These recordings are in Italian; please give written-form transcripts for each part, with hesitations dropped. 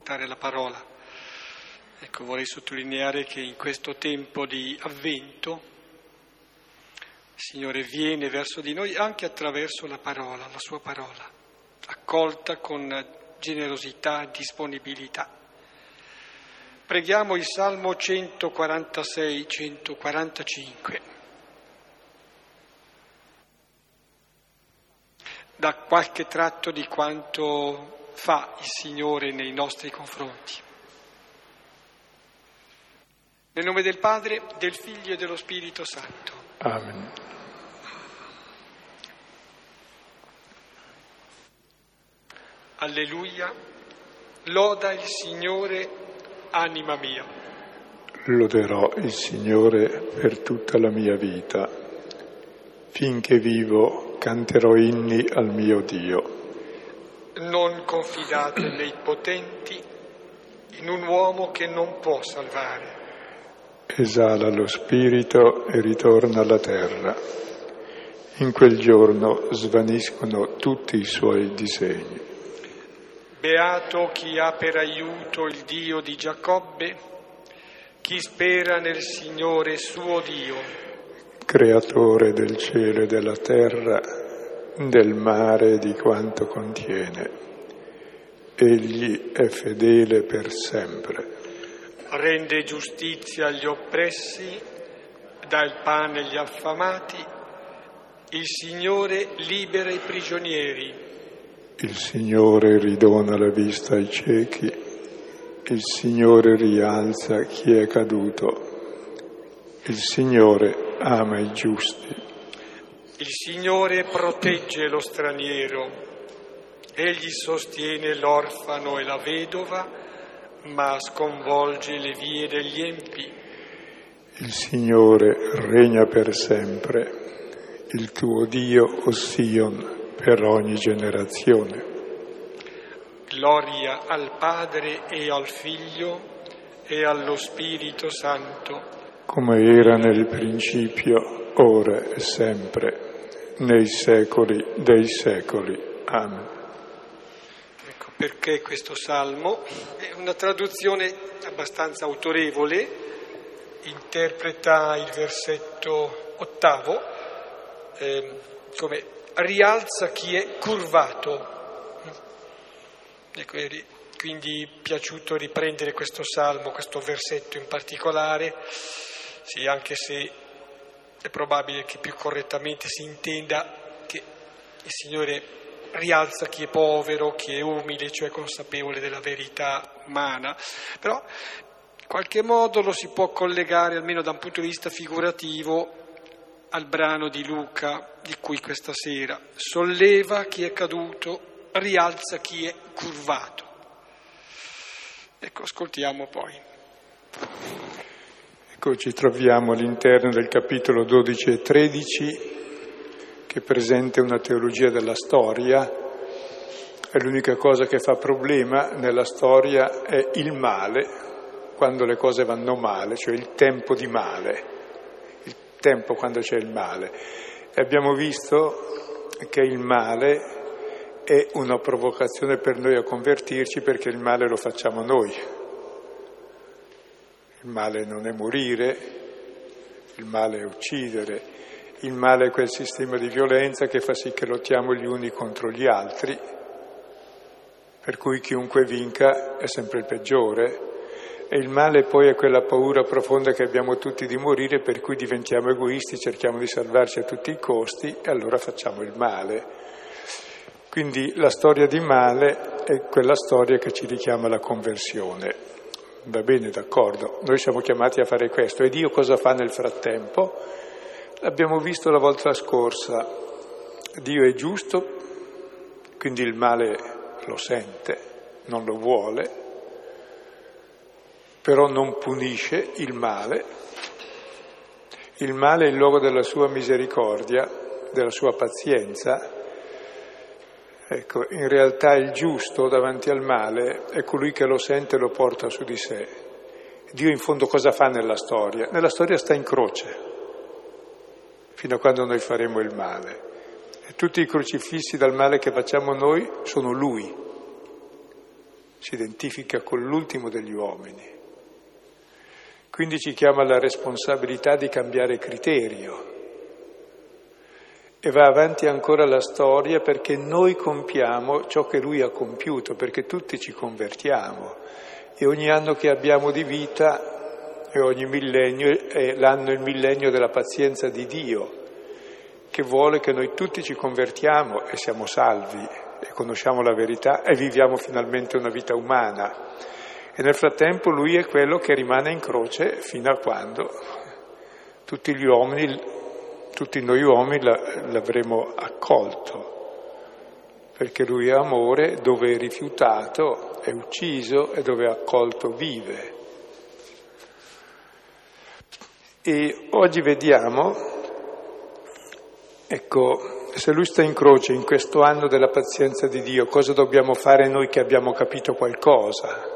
ascoltare la parola. Ecco, vorrei sottolineare che in questo tempo di Avvento il Signore viene verso di noi anche attraverso la parola, la sua parola, accolta con generosità e disponibilità. Preghiamo il Salmo 146-145. Da qualche tratto di quanto fa il Signore nei nostri confronti. Nel nome del Padre, del Figlio e dello Spirito Santo. Amen. Alleluia, loda il Signore, anima mia. Loderò il Signore per tutta la mia vita. Finché vivo canterò inni al mio Dio. Non confidate nei potenti, in un uomo che non può salvare. Esala lo spirito e ritorna alla terra. In quel giorno svaniscono tutti i suoi disegni. Beato chi ha per aiuto il Dio di Giacobbe, chi spera nel Signore suo Dio. Creatore del cielo e della terra, del mare e di quanto contiene. Egli è fedele per sempre. Rende giustizia agli oppressi, dà il pane agli affamati. Il Signore libera i prigionieri. Il Signore ridona la vista ai ciechi, il Signore rialza chi è caduto, il Signore ama i giusti. Il Signore protegge lo straniero, egli sostiene l'orfano e la vedova, ma sconvolge le vie degli empi. Il Signore regna per sempre, il tuo Dio, o Sion, per ogni generazione. Gloria al Padre e al Figlio e allo Spirito Santo. Come era nel principio, ora e sempre, nei secoli dei secoli. Amen. Ecco perché questo salmo è una traduzione abbastanza autorevole, interpreta il versetto 8 come rialza chi è curvato. Ecco, quindi piaciuto riprendere questo salmo, questo versetto in particolare, sì, anche se è probabile che più correttamente si intenda che il Signore rialza chi è povero, chi è umile, cioè consapevole della verità umana, però in qualche modo lo si può collegare, almeno da un punto di vista figurativo, al brano di Luca di cui questa sera: solleva chi è caduto, rialza chi è curvato. Ecco, ascoltiamo poi. Ecco, ci troviamo all'interno del capitolo 12 e 13 che presenta una teologia della storia. E l'unica cosa che fa problema nella storia è il male, quando le cose vanno male, cioè il tempo di male. Tempo quando c'è il male. E abbiamo visto che il male è una provocazione per noi a convertirci, perché il male lo facciamo noi. Il male non è morire, il male è uccidere, il male è quel sistema di violenza che fa sì che lottiamo gli uni contro gli altri, per cui chiunque vinca è sempre il peggiore. E il male poi è quella paura profonda che abbiamo tutti di morire, per cui diventiamo egoisti, cerchiamo di salvarci a tutti i costi e allora facciamo il male. Quindi la storia di male è quella storia che ci richiama alla conversione. Va bene, d'accordo, noi siamo chiamati a fare questo. E Dio cosa fa nel frattempo? L'abbiamo visto la volta scorsa. Dio è giusto, quindi il male lo sente, non lo vuole, però non punisce il male. Il male è il luogo della sua misericordia, della sua pazienza. Ecco, in realtà il giusto davanti al male è colui che lo sente e lo porta su di sé. Dio in fondo cosa fa nella storia? Nella storia sta in croce, fino a quando noi faremo il male. E tutti i crocifissi dal male che facciamo noi sono Lui. si identifica con l'ultimo degli uomini. Quindi ci chiama alla responsabilità di cambiare criterio. E va avanti ancora la storia perché noi compiamo ciò che lui ha compiuto, perché tutti ci convertiamo. E ogni anno che abbiamo di vita e ogni millennio è l'anno, il millennio della pazienza di Dio, che vuole che noi tutti ci convertiamo e siamo salvi e conosciamo la verità e viviamo finalmente una vita umana. E nel frattempo lui è quello che rimane in croce fino a quando tutti noi uomini l'avremo accolto, perché lui è amore, dove è rifiutato è ucciso e dove è accolto vive. E oggi vediamo, ecco, se lui sta in croce in questo anno della pazienza di Dio, cosa dobbiamo fare noi che abbiamo capito qualcosa?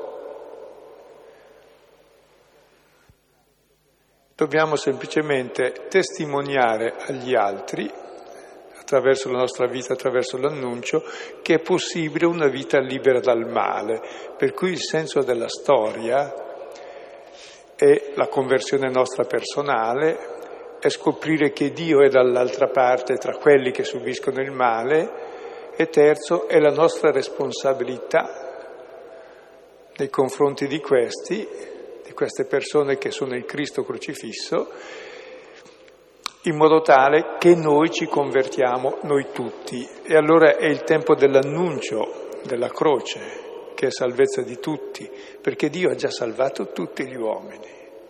Dobbiamo semplicemente testimoniare agli altri, attraverso la nostra vita, attraverso l'annuncio, che è possibile una vita libera dal male. Per cui il senso della storia è la conversione nostra personale, è scoprire che Dio è dall'altra parte tra quelli che subiscono il male, e terzo è la nostra responsabilità nei confronti di queste persone che sono il Cristo crocifisso, in modo tale che noi ci convertiamo, noi tutti. E allora è il tempo dell'annuncio della croce, che è salvezza di tutti, perché Dio ha già salvato tutti gli uomini.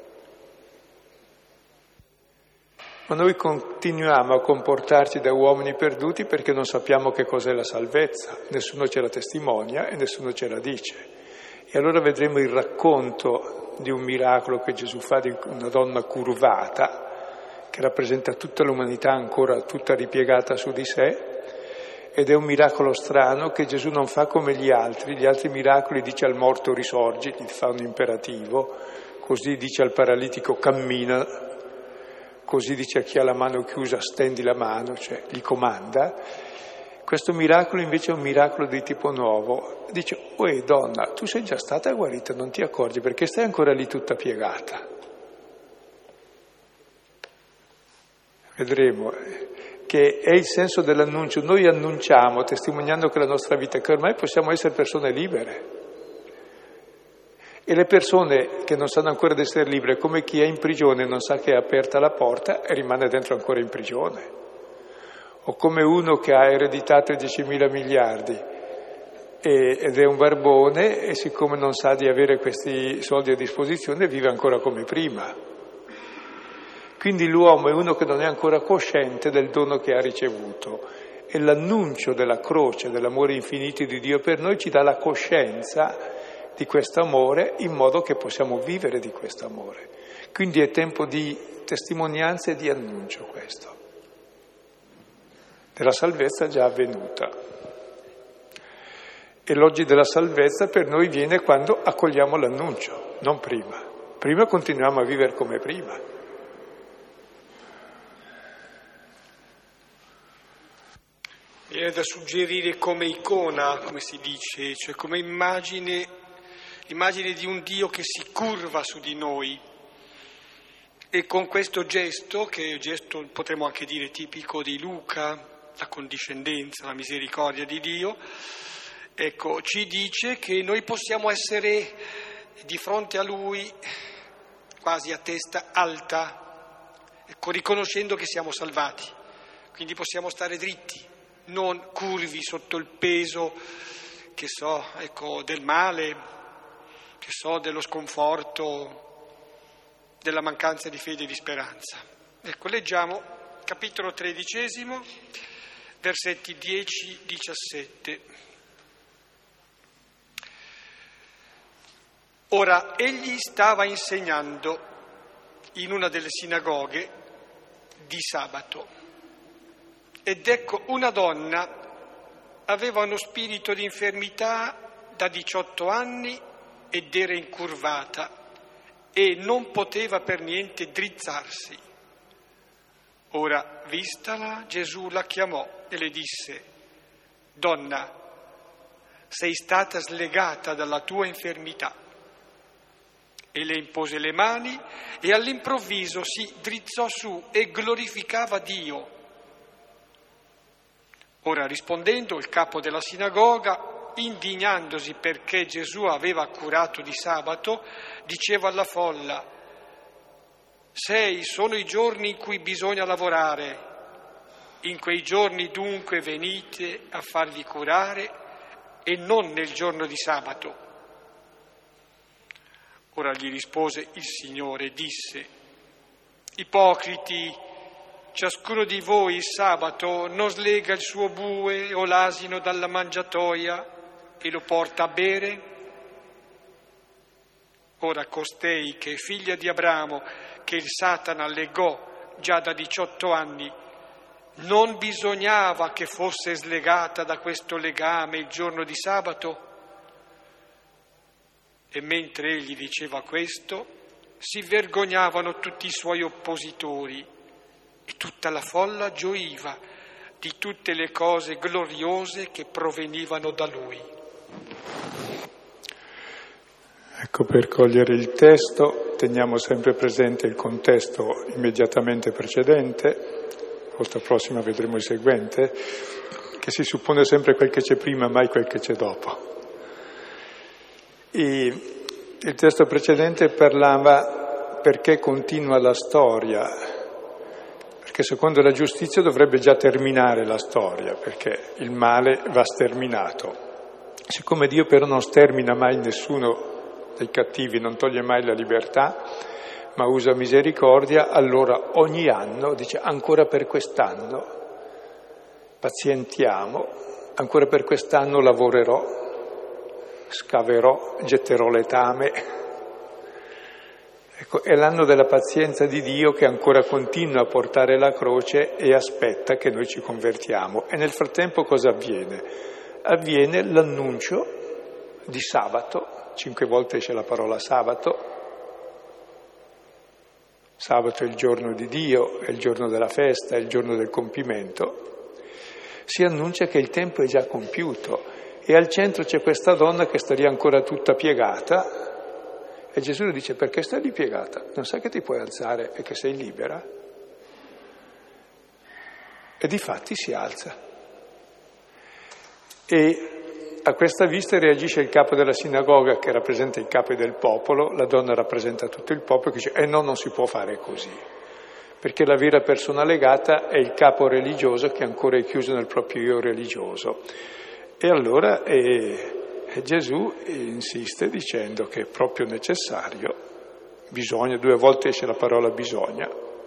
Ma noi continuiamo a comportarci da uomini perduti perché non sappiamo che cos'è la salvezza, nessuno ce la testimonia e nessuno ce la dice. E allora vedremo il racconto di un miracolo che Gesù fa di una donna curvata, che rappresenta tutta l'umanità ancora tutta ripiegata su di sé, ed è un miracolo strano che Gesù non fa come gli altri miracoli dice al morto risorgi, gli fa un imperativo, così dice al paralitico cammina, così dice a chi ha la mano chiusa stendi la mano, cioè gli comanda. Questo miracolo invece è un miracolo di tipo nuovo. Dice, uè donna, tu sei già stata guarita, non ti accorgi perché stai ancora lì tutta piegata. Vedremo che è il senso dell'annuncio. Noi annunciamo, testimoniando che la nostra vita è che ormai possiamo essere persone libere. E le persone che non sanno ancora di essere libere, come chi è in prigione e non sa che è aperta la porta e rimane dentro ancora in prigione. O come uno che ha ereditato 10.000 miliardi ed è un barbone e siccome non sa di avere questi soldi a disposizione vive ancora come prima. Quindi l'uomo è uno che non è ancora cosciente del dono che ha ricevuto e l'annuncio della croce, dell'amore infinito di Dio per noi ci dà la coscienza di questo amore in modo che possiamo vivere di questo amore. Quindi è tempo di testimonianza e di annuncio questo. Della salvezza già avvenuta. E l'oggi della salvezza per noi viene quando accogliamo l'annuncio, non prima. Prima continuiamo a vivere come prima. Viene da suggerire come icona, come si dice, cioè come immagine di un Dio che si curva su di noi. E con questo gesto, che è il gesto potremmo anche dire tipico di Luca, la condiscendenza, la misericordia di Dio, ecco, ci dice che noi possiamo essere di fronte a Lui quasi a testa alta, ecco, riconoscendo che siamo salvati, quindi possiamo stare dritti, non curvi sotto il peso, che so, ecco, del male, che so, dello sconforto, della mancanza di fede e di speranza. Ecco, leggiamo capitolo 13, versetti 10-17. Ora, egli stava insegnando in una delle sinagoghe di sabato, ed ecco una donna aveva uno spirito di infermità da 18 anni ed era incurvata e non poteva per niente drizzarsi. Ora, vistala, Gesù la chiamò e le disse: Donna, sei stata slegata dalla tua infermità. E le impose le mani e all'improvviso si drizzò su e glorificava Dio. Ora rispondendo il capo della sinagoga, indignandosi perché Gesù aveva curato di sabato, diceva alla folla: 6 sono i giorni in cui bisogna lavorare. In quei giorni dunque venite a farvi curare e non nel giorno di sabato. Ora gli rispose il Signore e disse: ipocriti, ciascuno di voi il sabato non slega il suo bue o l'asino dalla mangiatoia e lo porta a bere? Ora costei, che è figlia di Abramo, che il Satana legò già da 18 anni, non bisognava che fosse slegata da questo legame il giorno di sabato? E mentre egli diceva questo, si vergognavano tutti i suoi oppositori e tutta la folla gioiva di tutte le cose gloriose che provenivano da lui. Ecco, per cogliere il testo teniamo sempre presente il contesto immediatamente precedente. Volta prossima vedremo il seguente, che si suppone sempre quel che c'è prima, mai quel che c'è dopo. E il testo precedente parlava perché continua la storia, perché secondo la giustizia dovrebbe già terminare la storia, perché il male va sterminato. Siccome Dio però non stermina mai nessuno dei cattivi, non toglie mai la libertà, ma usa misericordia, allora ogni anno dice: ancora per quest'anno pazientiamo, ancora per quest'anno lavorerò, scaverò, getterò letame. Ecco, è l'anno della pazienza di Dio che ancora continua a portare la croce e aspetta che noi ci convertiamo. E nel frattempo cosa avviene? Avviene l'annuncio di sabato, 5 volte esce la parola sabato. Sabato è il giorno di Dio, è il giorno della festa, è il giorno del compimento. Si annuncia che il tempo è già compiuto e al centro c'è questa donna che sta lì ancora tutta piegata e Gesù le dice: perché stai lì piegata? Non sai che ti puoi alzare e che sei libera? E difatti si alza. E a questa vista reagisce il capo della sinagoga, che rappresenta i capi del popolo. La donna rappresenta tutto il popolo, che dice: no, non si può fare così, perché la vera persona legata è il capo religioso che ancora è chiuso nel proprio io religioso. E allora Gesù insiste dicendo che è proprio necessario, bisogna, 2 volte esce la parola bisogna,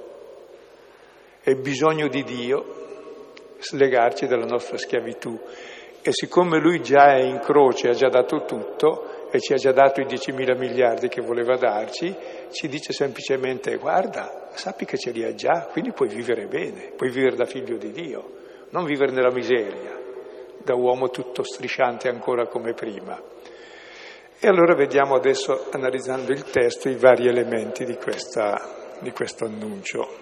è bisogno di Dio slegarci dalla nostra schiavitù. E siccome lui già è in croce, ha già dato tutto e ci ha già dato i 10.000 miliardi che voleva darci, ci dice semplicemente: guarda, sappi che ce li hai già, quindi puoi vivere bene, puoi vivere da figlio di Dio, non vivere nella miseria, da uomo tutto strisciante ancora come prima. E allora vediamo adesso, analizzando il testo, i vari elementi di questo annuncio.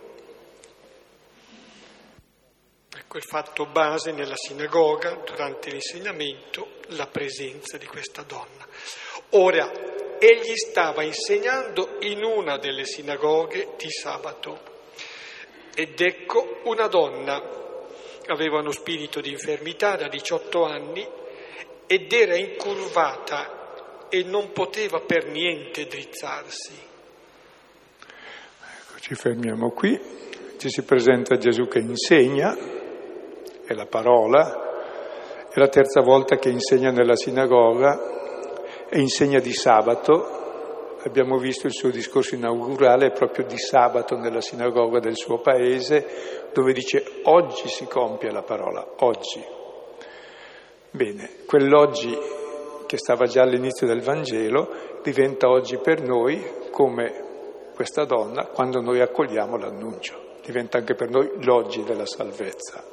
Quel fatto base nella sinagoga, durante l'insegnamento, la presenza di questa donna. Ora, egli stava insegnando in una delle sinagoghe di sabato, ed ecco una donna, aveva uno spirito di infermità da 18 anni ed era incurvata e non poteva per niente drizzarsi. Ecco, ci fermiamo qui, ci si presenta Gesù che insegna, è la parola, è la terza volta che insegna nella sinagoga e insegna di sabato. Abbiamo visto il suo discorso inaugurale proprio di sabato nella sinagoga del suo paese, dove dice: oggi si compie la parola, oggi. Bene, quell'oggi che stava già all'inizio del Vangelo diventa oggi per noi come questa donna quando noi accogliamo l'annuncio, diventa anche per noi l'oggi della salvezza.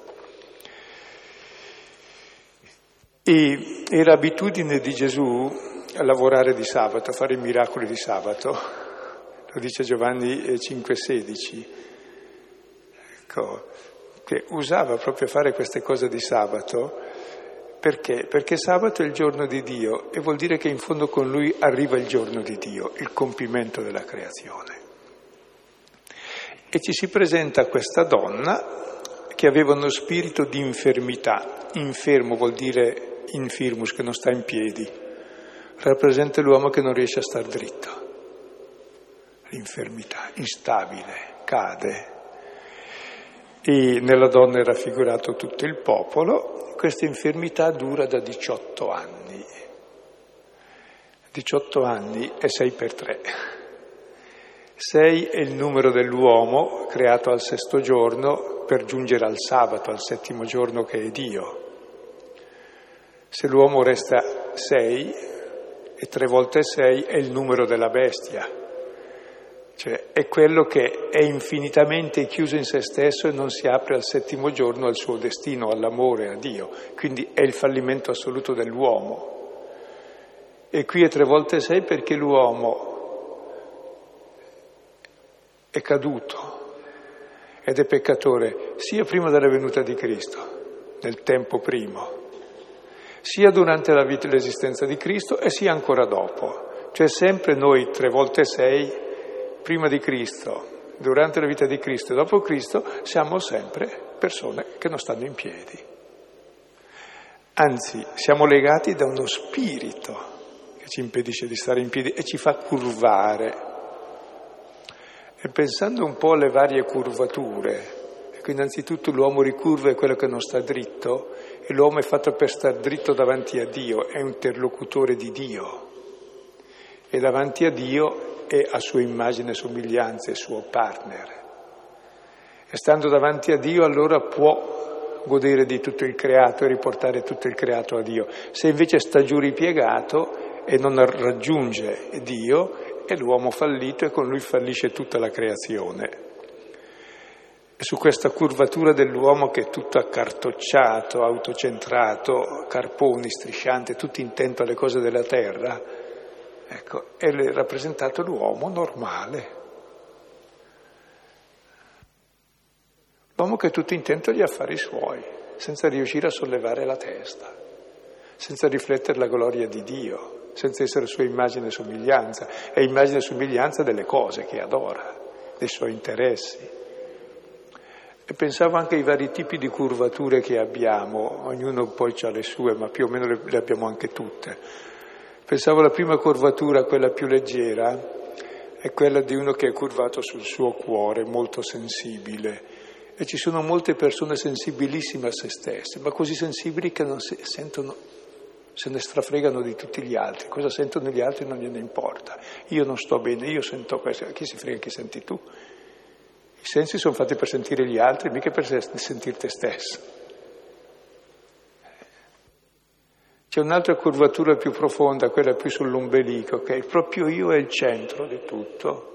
E era abitudine di Gesù a lavorare di sabato, a fare i miracoli di sabato, lo dice Giovanni 5,16, ecco, che usava proprio fare queste cose di sabato Perché? Perché sabato è il giorno di Dio e vuol dire che in fondo con lui arriva il giorno di Dio, il compimento della creazione. E ci si presenta questa donna che aveva uno spirito di infermità. Infermo vuol dire infirmus, che non sta in piedi. Rappresenta l'uomo che non riesce a star dritto. L'infermità, instabile, cade. E nella donna è raffigurato tutto il popolo. Questa infermità dura da 18 anni. 18 anni è 6 per 3. 6 è il numero dell'uomo creato al sesto giorno per giungere al sabato, al settimo giorno che è Dio. Se l'uomo resta 6 e 3 volte 6 è il numero della bestia. Cioè è quello che è infinitamente chiuso in se stesso e non si apre al settimo giorno al suo destino, all'amore, a Dio. Quindi è il fallimento assoluto dell'uomo. E qui è 3 volte 6 perché l'uomo è caduto ed è peccatore sia prima della venuta di Cristo, nel tempo primo, sia durante la vita e l'esistenza di Cristo e sia ancora dopo. Cioè sempre noi 3 volte 6, prima di Cristo, durante la vita di Cristo e dopo Cristo, siamo sempre persone che non stanno in piedi. Anzi, siamo legati da uno spirito che ci impedisce di stare in piedi e ci fa curvare. E pensando un po' alle varie curvature, ecco, innanzitutto l'uomo ricurva è quello che non sta dritto, e l'uomo è fatto per star dritto davanti a Dio, è un interlocutore di Dio. E davanti a Dio è a sua immagine e somiglianza, è suo partner. E stando davanti a Dio allora può godere di tutto il creato e riportare tutto il creato a Dio. Se invece sta giù ripiegato e non raggiunge Dio, è l'uomo fallito e con lui fallisce tutta la creazione. E su questa curvatura dell'uomo che è tutto accartocciato, autocentrato, carponi, strisciante, tutto intento alle cose della terra, ecco, è rappresentato l'uomo normale. L'uomo che è tutto intento agli affari suoi, senza riuscire a sollevare la testa, senza riflettere la gloria di Dio, senza essere sua immagine e somiglianza, è immagine e somiglianza delle cose che adora, dei suoi interessi. E pensavo anche ai vari tipi di curvature che abbiamo, ognuno poi ha le sue, ma più o meno le abbiamo anche tutte. Pensavo alla prima curvatura, quella più leggera, è quella di uno che è curvato sul suo cuore, molto sensibile. E ci sono molte persone sensibilissime a se stesse, ma così sensibili che non sentono, se ne strafregano di tutti gli altri. Cosa sentono gli altri non gliene importa. Io non sto bene, io sento questo. Chi si frega che senti tu? I sensi sono fatti per sentire gli altri, mica per sentire te stesso. C'è un'altra curvatura più profonda, quella più sull'ombelico, che è proprio io è il centro di tutto.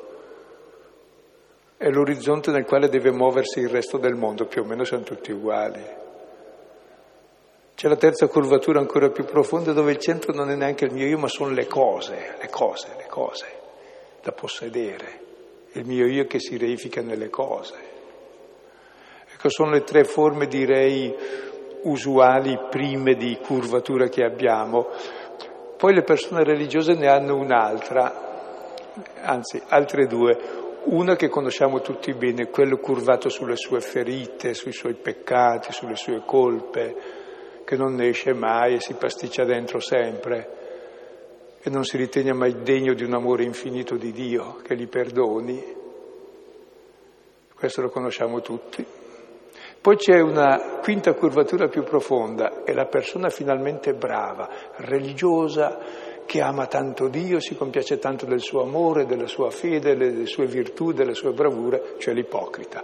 È l'orizzonte nel quale deve muoversi il resto del mondo, più o meno siamo tutti uguali. C'è la terza curvatura ancora più profonda dove il centro non è neanche il mio io, ma sono le cose da possedere, il mio io che si reifica nelle cose. Ecco, sono le 3 forme, direi, usuali, prime di curvatura che abbiamo. Poi le persone religiose ne hanno un'altra, anzi, altre 2. Una che conosciamo tutti bene, quello curvato sulle sue ferite, sui suoi peccati, sulle sue colpe, che non ne esce mai e si pasticcia dentro sempre e non si ritiene mai degno di un amore infinito di Dio che gli perdoni. Questo lo conosciamo tutti. Poi c'è una quinta curvatura più profonda, è la persona finalmente brava, religiosa, che ama tanto Dio, si compiace tanto del suo amore, della sua fede, delle sue virtù, delle sue bravure, cioè l'ipocrita.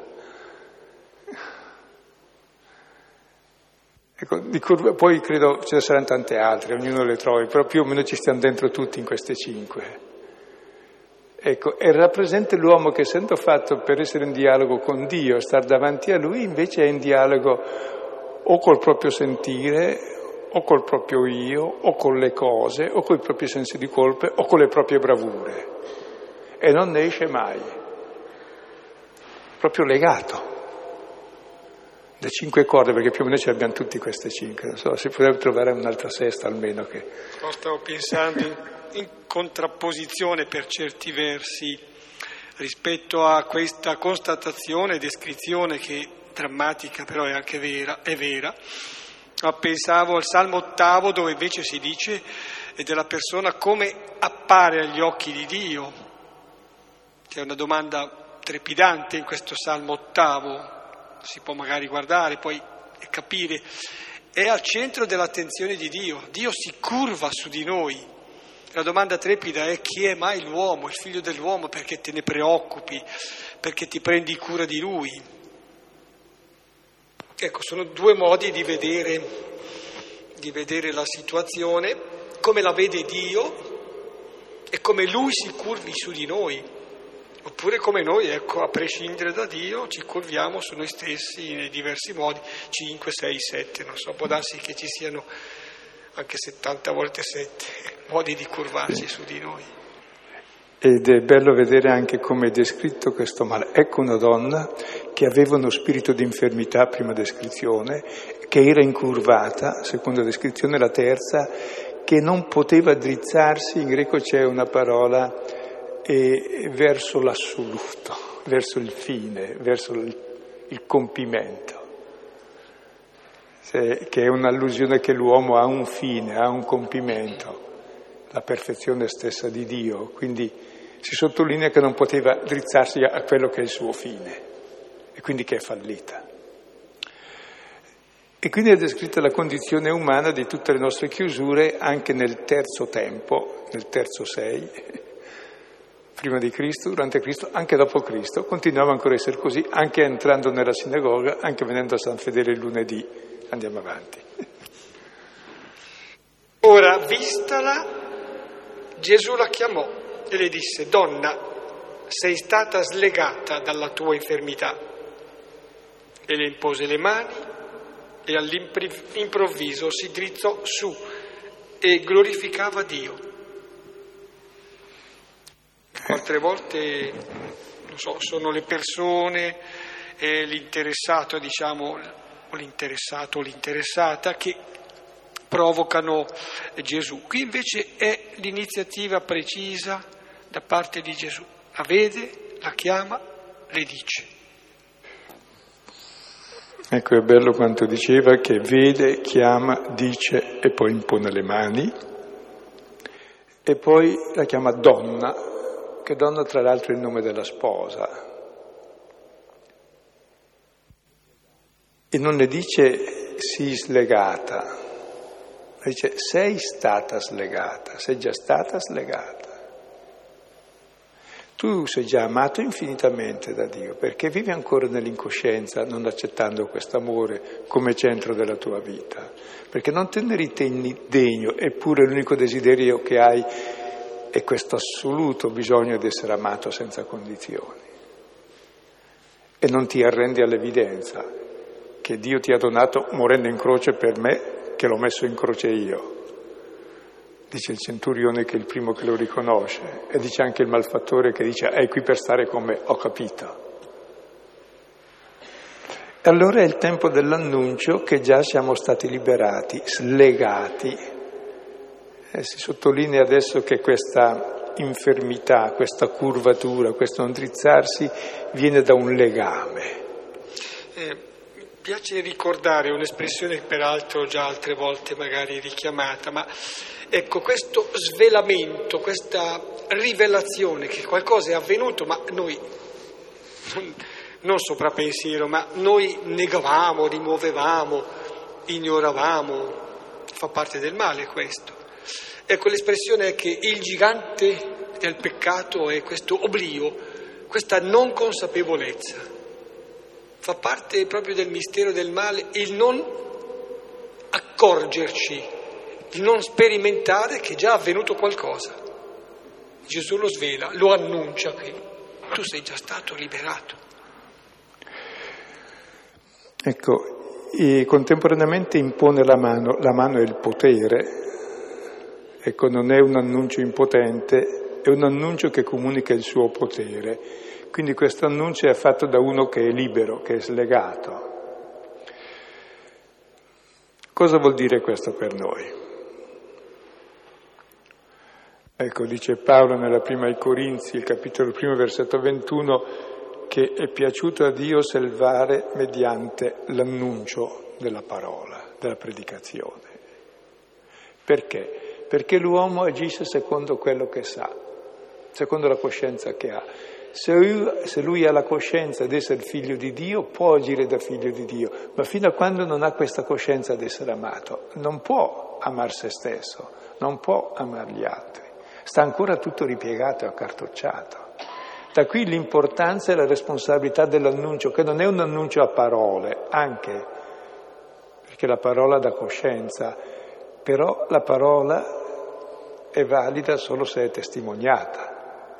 Ecco, poi credo ce ne saranno tante altre, ognuno le trovi, però più o meno ci stiamo dentro tutti in queste 5. Ecco, e rappresenta l'uomo che essendo fatto per essere in dialogo con Dio, star davanti a Lui, invece è in dialogo o col proprio sentire, o col proprio io, o con le cose, o con i propri sensi di colpe, o con le proprie bravure. E non ne esce mai. Proprio legato. le 5 corde, perché più o meno ce le abbiamo tutti queste 5, non so, si potrebbe trovare un'altra sesta almeno che... Stavo pensando in contrapposizione per certi versi rispetto a questa constatazione e descrizione che è drammatica però è anche vera. Ma pensavo al Salmo 8 dove invece si dice della persona come appare agli occhi di Dio. C'è una domanda trepidante in questo Salmo 8, si può magari guardare poi e capire, è al centro dell'attenzione di Dio, Dio si curva su di noi. La domanda trepida è: chi è mai l'uomo, il figlio dell'uomo, perché te ne preoccupi, perché ti prendi cura di lui? Ecco, sono 2 modi di vedere la situazione, come la vede Dio e come lui si curvi su di noi. Oppure come noi, ecco, a prescindere da Dio, ci curviamo su noi stessi nei diversi modi, 5, 6, 7, non so, può darsi che ci siano anche 70 volte 7 modi di curvarsi su di noi. Ed è bello vedere anche come è descritto questo male. Ecco una donna che aveva uno spirito di infermità, prima descrizione, che era incurvata, seconda descrizione, la terza, che non poteva drizzarsi, in greco c'è una parola, verso l'assoluto, verso il fine, verso il compimento, che è un'allusione che l'uomo ha un fine, ha un compimento, la perfezione stessa di Dio, quindi si sottolinea che non poteva drizzarsi a quello che è il suo fine e quindi che è fallita. E quindi è descritta la condizione umana di tutte le nostre chiusure anche nel terzo tempo, nel terzo 6, prima di Cristo, durante Cristo, anche dopo Cristo, continuava ancora a essere così, anche entrando nella sinagoga, anche venendo a San Fedele il lunedì. Andiamo avanti. Ora, vistala, Gesù la chiamò e le disse: donna, sei stata slegata dalla tua infermità. E le impose le mani e all'improvviso si drizzò su e glorificava Dio. Altre volte, non so, sono le persone, l'interessato, diciamo, o l'interessato o l'interessata che provocano Gesù. Qui invece è l'iniziativa precisa da parte di Gesù. La vede, la chiama, le dice. Ecco, è bello quanto diceva che vede, chiama, dice e poi impone le mani e poi la chiama donna, che donna tra l'altro è il nome della sposa. E non le dice sii slegata, le dice sei stata slegata, sei già stata slegata. Tu sei già amato infinitamente da Dio, perché vivi ancora nell'incoscienza non accettando questo amore come centro della tua vita, perché non te ne ritieni degno, eppure l'unico desiderio che hai è questo assoluto bisogno di essere amato senza condizioni. E non ti arrendi all'evidenza che Dio ti ha donato morendo in croce per me, che l'ho messo in croce io. Dice il centurione che è il primo che lo riconosce, e dice anche il malfattore che dice è qui per stare con me, ho capito. E allora è il tempo dell'annuncio che già siamo stati liberati, slegati. Si sottolinea adesso che questa infermità, questa curvatura, questo non drizzarsi viene da un legame. Mi piace ricordare un'espressione che peraltro già altre volte magari richiamata, ma ecco, questo svelamento, questa rivelazione che qualcosa è avvenuto, ma noi non soprapensiero, ma noi negavamo, rimuovevamo, ignoravamo, fa parte del male questo. Ecco, l'espressione è che il gigante del peccato è questo oblio, questa non consapevolezza. Fa parte proprio del mistero del male il non accorgerci, il non sperimentare che è già avvenuto qualcosa. Gesù lo svela, lo annuncia qui. Tu sei già stato liberato. Ecco, e contemporaneamente impone la mano è il potere. Ecco, non è un annuncio impotente, è un annuncio che comunica il suo potere. Quindi questo annuncio è fatto da uno che è libero, che è slegato. Cosa vuol dire questo per noi? Ecco, dice Paolo nella prima ai Corinzi, il capitolo 1, versetto 21, che è piaciuto a Dio salvare mediante l'annuncio della parola, della predicazione. Perché? Perché l'uomo agisce secondo quello che sa, secondo la coscienza che ha. Se lui ha la coscienza di essere figlio di Dio, può agire da figlio di Dio, ma fino a quando non ha questa coscienza di essere amato, non può amare se stesso, non può amare gli altri. Sta ancora tutto ripiegato e accartocciato. Da qui l'importanza e la responsabilità dell'annuncio, che non è un annuncio a parole, anche perché la parola dà coscienza, però la parola è valida solo se è testimoniata.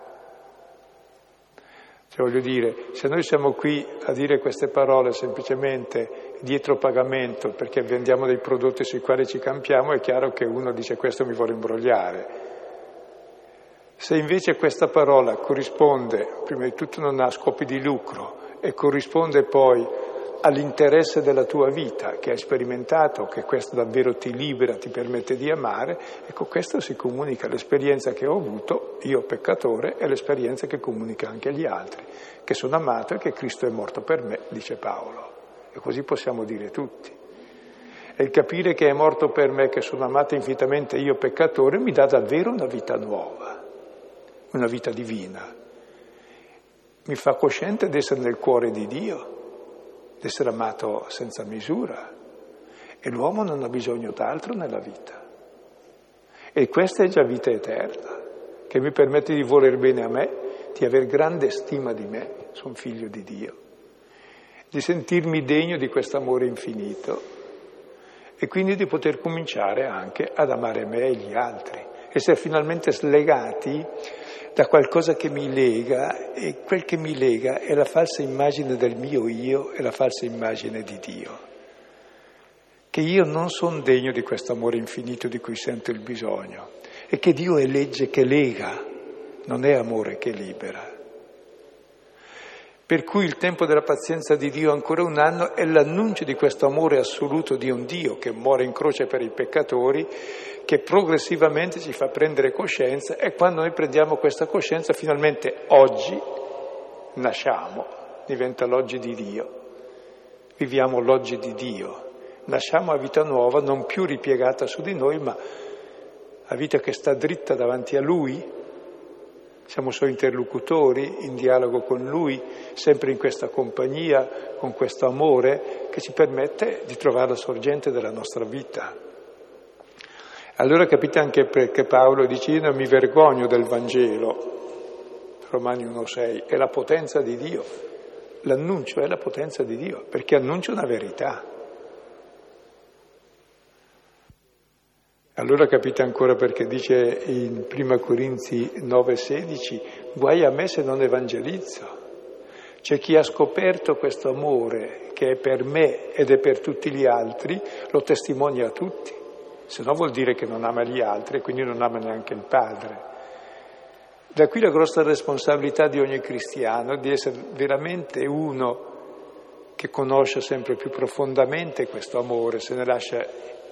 Cioè, voglio dire, se noi siamo qui a dire queste parole semplicemente dietro pagamento perché vendiamo dei prodotti sui quali ci campiamo, è chiaro che uno dice questo mi vuole imbrogliare. Se invece questa parola corrisponde, prima di tutto non ha scopi di lucro e corrisponde poi all'interesse della tua vita che hai sperimentato, che questo davvero ti libera, ti permette di amare, ecco, questo si comunica, l'esperienza che ho avuto, io peccatore, è l'esperienza che comunica anche agli altri, che sono amato e che Cristo è morto per me, dice Paolo. E così possiamo dire tutti. E il capire che è morto per me, che sono amato infinitamente io peccatore, mi dà davvero una vita nuova, una vita divina. Mi fa cosciente di essere nel cuore di Dio, di essere amato senza misura. E l'uomo non ha bisogno d'altro nella vita. E questa è già vita eterna, che mi permette di voler bene a me, di aver grande stima di me, sono figlio di Dio, di sentirmi degno di questo amore infinito e quindi di poter cominciare anche ad amare me e gli altri, essere finalmente slegati da qualcosa che mi lega, e quel che mi lega è la falsa immagine del mio io e la falsa immagine di Dio. Che io non sono degno di questo amore infinito di cui sento il bisogno, e che Dio è legge che lega, non è amore che libera. Per cui il tempo della pazienza di Dio, ancora un anno, è l'annuncio di questo amore assoluto di un Dio che muore in croce per i peccatori, che progressivamente ci fa prendere coscienza, e quando noi prendiamo questa coscienza, finalmente oggi nasciamo, diventa l'oggi di Dio, viviamo l'oggi di Dio, nasciamo a vita nuova, non più ripiegata su di noi, ma a vita che sta dritta davanti a Lui. Siamo suoi interlocutori, in dialogo con Lui, sempre in questa compagnia, con questo amore che ci permette di trovare la sorgente della nostra vita. Allora capite anche perché Paolo dice: io non mi vergogno del Vangelo, Romani 1,6, è la potenza di Dio. L'annuncio è la potenza di Dio, perché annuncia una verità. Allora capite ancora perché dice in 1 Corinzi 9,16, guai a me se non evangelizzo. C'è chi ha scoperto questo amore che è per me ed è per tutti gli altri, lo testimonia a tutti, se no vuol dire che non ama gli altri e quindi non ama neanche il Padre. Da qui la grossa responsabilità di ogni cristiano di essere veramente uno che conosce sempre più profondamente questo amore, se ne lascia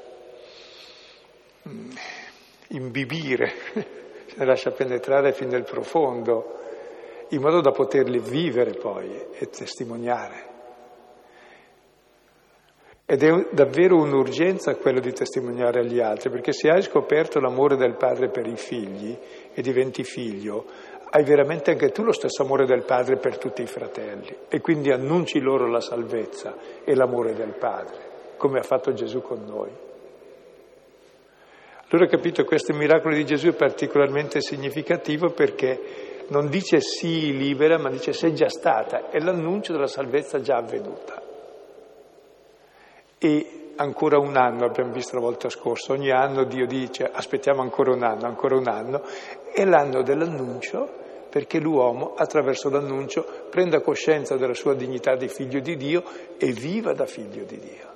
imbibire, se ne lascia penetrare fino nel profondo, in modo da poterli vivere poi e testimoniare. Ed è davvero un'urgenza quello di testimoniare agli altri, perché se hai scoperto l'amore del padre per i figli e diventi figlio, hai veramente anche tu lo stesso amore del padre per tutti i fratelli, e quindi annunci loro la salvezza e l'amore del padre, come ha fatto Gesù con noi. Allora, capito, questo miracolo di Gesù è particolarmente significativo perché non dice sì libera, ma dice sei già stata, è l'annuncio della salvezza già avvenuta. E ancora un anno, abbiamo visto la volta scorsa, ogni anno Dio dice aspettiamo ancora un anno, è l'anno dell'annuncio, perché l'uomo attraverso l'annuncio prenda coscienza della sua dignità di figlio di Dio e viva da figlio di Dio.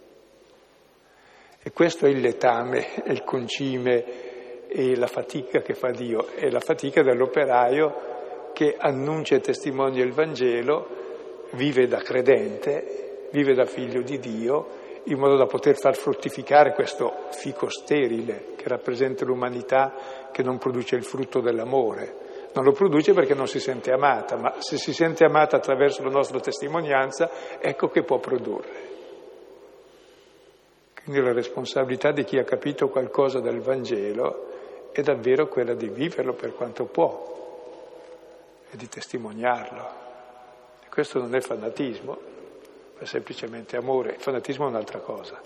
E questo è il letame, è il concime e la fatica che fa Dio, è la fatica dell'operaio che annuncia e testimonia il Vangelo, vive da credente, vive da figlio di Dio in modo da poter far fruttificare questo fico sterile che rappresenta l'umanità che non produce il frutto dell'amore. Non lo produce perché non si sente amata, ma se si sente amata attraverso la nostra testimonianza, ecco che può produrre. Quindi la responsabilità di chi ha capito qualcosa del Vangelo è davvero quella di viverlo per quanto può e di testimoniarlo. E questo non è fanatismo, è semplicemente amore. Il fanatismo è un'altra cosa.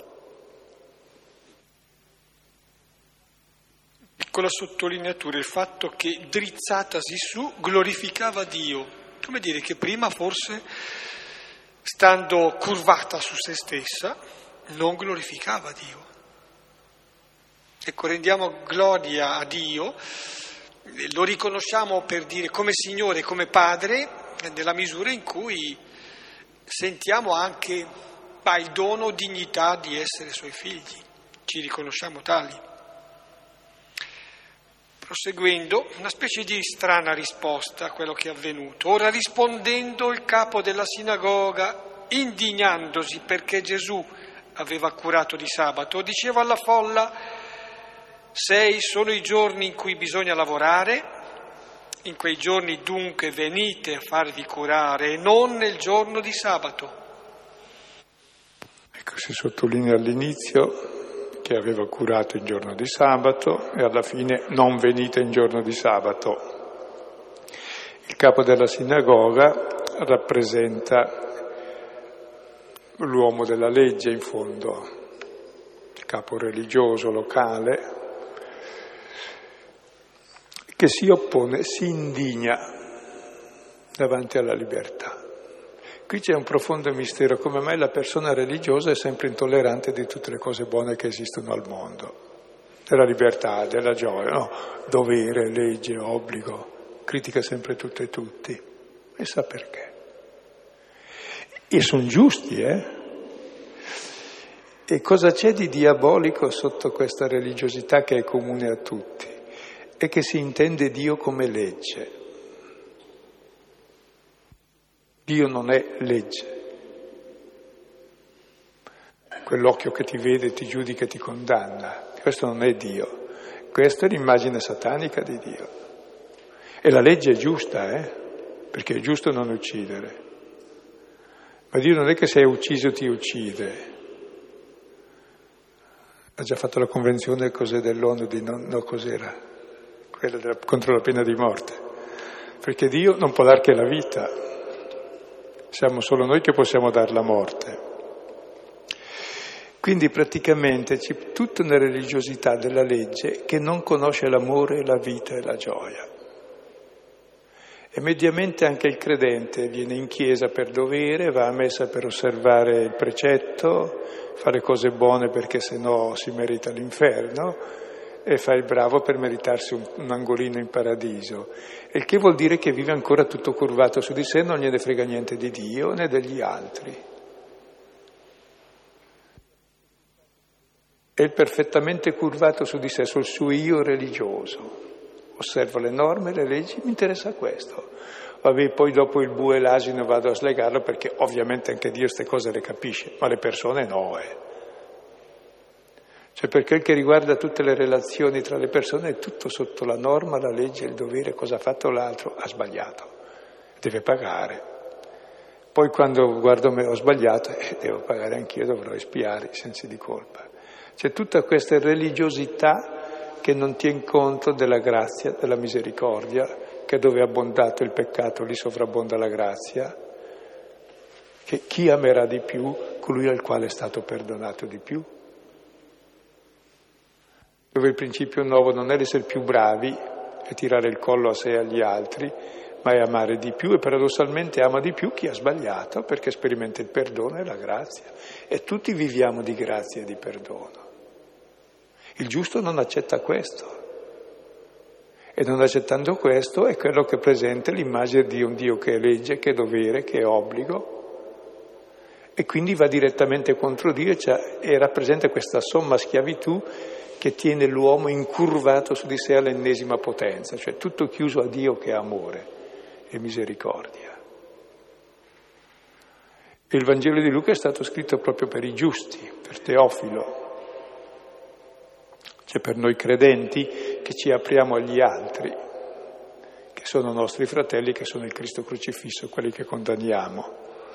Piccola sottolineatura, il fatto che drizzatasi su glorificava Dio. Come dire che prima forse, stando curvata su se stessa, non glorificava Dio. Ecco, rendiamo gloria a Dio, lo riconosciamo per dire come Signore, come Padre, nella misura in cui sentiamo anche il dono, dignità di essere Suoi figli, ci riconosciamo tali. Proseguendo, una specie di strana risposta a quello che è avvenuto. Ora rispondendo il capo della sinagoga, indignandosi perché Gesù aveva curato di sabato, diceva alla folla: 6 sono i giorni in cui bisogna lavorare, in quei giorni dunque venite a farvi curare, e non nel giorno di sabato. Ecco, si sottolinea all'inizio che aveva curato il giorno di sabato e alla fine non venite in giorno di sabato. Il capo della sinagoga rappresenta l'uomo della legge, in fondo, il capo religioso locale, che si oppone, si indigna davanti alla libertà. Qui c'è un profondo mistero: come mai la persona religiosa è sempre intollerante di tutte le cose buone che esistono al mondo, della libertà, della gioia, no? Dovere, legge, obbligo, critica sempre tutto e tutti. E sa perché? E sono giusti, E cosa c'è di diabolico sotto questa religiosità che è comune a tutti? È che si intende Dio come legge. Dio non è legge. Quell'occhio che ti vede, ti giudica e ti condanna. Questo non è Dio. Questa è l'immagine satanica di Dio. E la legge è giusta, perché è giusto non uccidere. Ma Dio non è che se è ucciso ti uccide. Ha già fatto la convenzione dell'ONU di no, cos'era? Quella contro la pena di morte. Perché Dio non può dar che la vita. Siamo solo noi che possiamo dar la morte. Quindi praticamente c'è tutta una religiosità della legge che non conosce l'amore, la vita e la gioia. E mediamente anche il credente viene in chiesa per dovere, va a messa per osservare il precetto, fare cose buone perché sennò si merita l'inferno, e fa il bravo per meritarsi un angolino in paradiso. Il che vuol dire che vive ancora tutto curvato su di sé, non gliene frega niente di Dio né degli altri. È perfettamente curvato su di sé, sul suo io religioso. Osservo le norme, le leggi, mi interessa questo. Vabbè, poi dopo il bue e l'asino vado a slegarlo, perché ovviamente anche Dio queste cose le capisce, ma le persone no. Cioè, per quel che riguarda tutte le relazioni tra le persone è tutto sotto la norma, la legge, il dovere. Cosa ha fatto l'altro? Ha sbagliato, deve pagare. Poi quando guardo me ho sbagliato, devo pagare anch'io, dovrò espiare i sensi di colpa. C'è tutta questa religiosità che non tiene conto della grazia, della misericordia, che dove è abbondato il peccato lì sovrabbonda la grazia, che chi amerà di più? Colui al quale è stato perdonato di più. Dove il principio nuovo non è l'essere più bravi e tirare il collo a sé e agli altri, ma è amare di più, e paradossalmente ama di più chi ha sbagliato, perché sperimenta il perdono e la grazia. E tutti viviamo di grazia e di perdono. Il giusto non accetta questo. E non accettando questo è quello che presenta l'immagine di un Dio che è legge, che è dovere, che è obbligo, e quindi va direttamente contro Dio e rappresenta questa somma schiavitù che tiene l'uomo incurvato su di sé all'ennesima potenza, cioè tutto chiuso a Dio che è amore e misericordia. Il Vangelo di Luca è stato scritto proprio per i giusti, per Teofilo, cioè per noi credenti che ci apriamo agli altri, che sono nostri fratelli, che sono il Cristo crocifisso, quelli che condanniamo.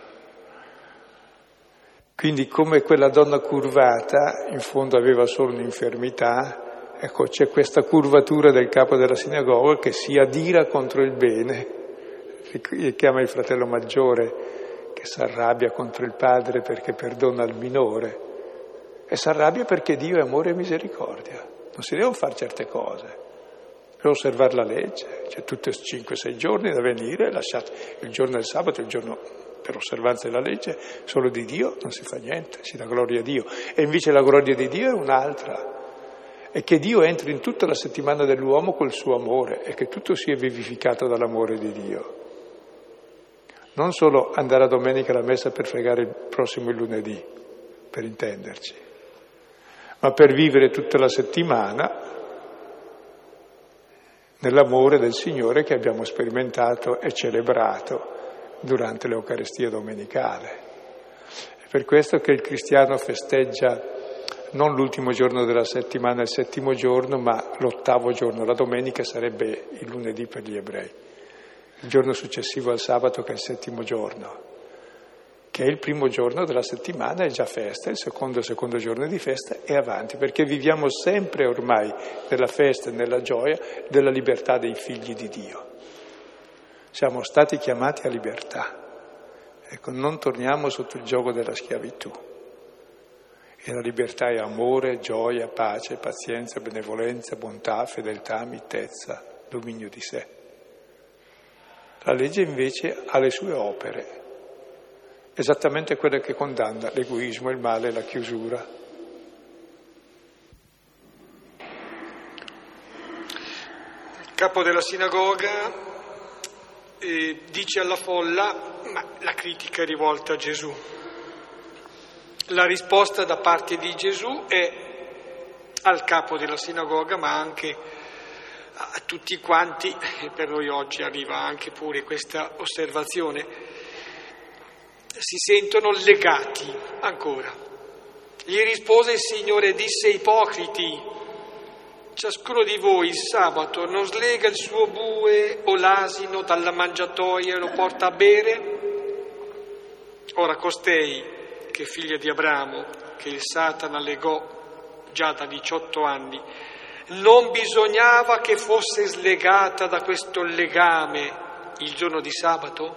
Quindi come quella donna curvata, in fondo aveva solo un'infermità, ecco c'è questa curvatura del capo della sinagoga che si adira contro il bene, chiama il fratello maggiore, che si arrabbia contro il padre perché perdona il minore, e si arrabbia perché Dio è amore e misericordia. Non si devono fare certe cose, per osservare la legge, c'è tutti 5-6 giorni da venire, lasciate il giorno del sabato, il giorno per osservanza della legge, solo di Dio non si fa niente, si dà gloria a Dio. E invece la gloria di Dio è un'altra, è che Dio entri in tutta la settimana dell'uomo col suo amore e che tutto sia vivificato dall'amore di Dio. Non solo andare a domenica alla messa per fregare il prossimo lunedì, per intenderci, ma per vivere tutta la settimana nell'amore del Signore che abbiamo sperimentato e celebrato durante l'Eucaristia domenicale. È per questo che il cristiano festeggia non l'ultimo giorno della settimana, il 7° giorno, ma l'8° giorno. La domenica sarebbe il lunedì per gli ebrei, il giorno successivo al sabato che è il 7° giorno, che è il primo giorno della settimana, è già festa, il secondo giorno di festa e avanti, perché viviamo sempre ormai nella festa e nella gioia della libertà dei figli di Dio. Siamo stati chiamati a libertà, ecco, non torniamo sotto il gioco della schiavitù. E la libertà è amore, gioia, pace, pazienza, benevolenza, bontà, fedeltà, mitezza, dominio di sé. La legge invece ha le sue opere, esattamente quelle che condanna l'egoismo, il male e la chiusura. Il capo della sinagoga dice alla folla, ma la critica è rivolta a Gesù. La risposta da parte di Gesù è al capo della sinagoga, ma anche a tutti quanti, e per noi oggi arriva anche pure questa osservazione, si sentono legati ancora. Gli rispose il Signore, disse: ipocriti, ciascuno di voi il sabato non slega il suo bue o l'asino dalla mangiatoia e lo porta a bere? Ora costei, che è figlia di Abramo, che il Satana legò già da 18 anni, non bisognava che fosse slegata da questo legame il giorno di sabato?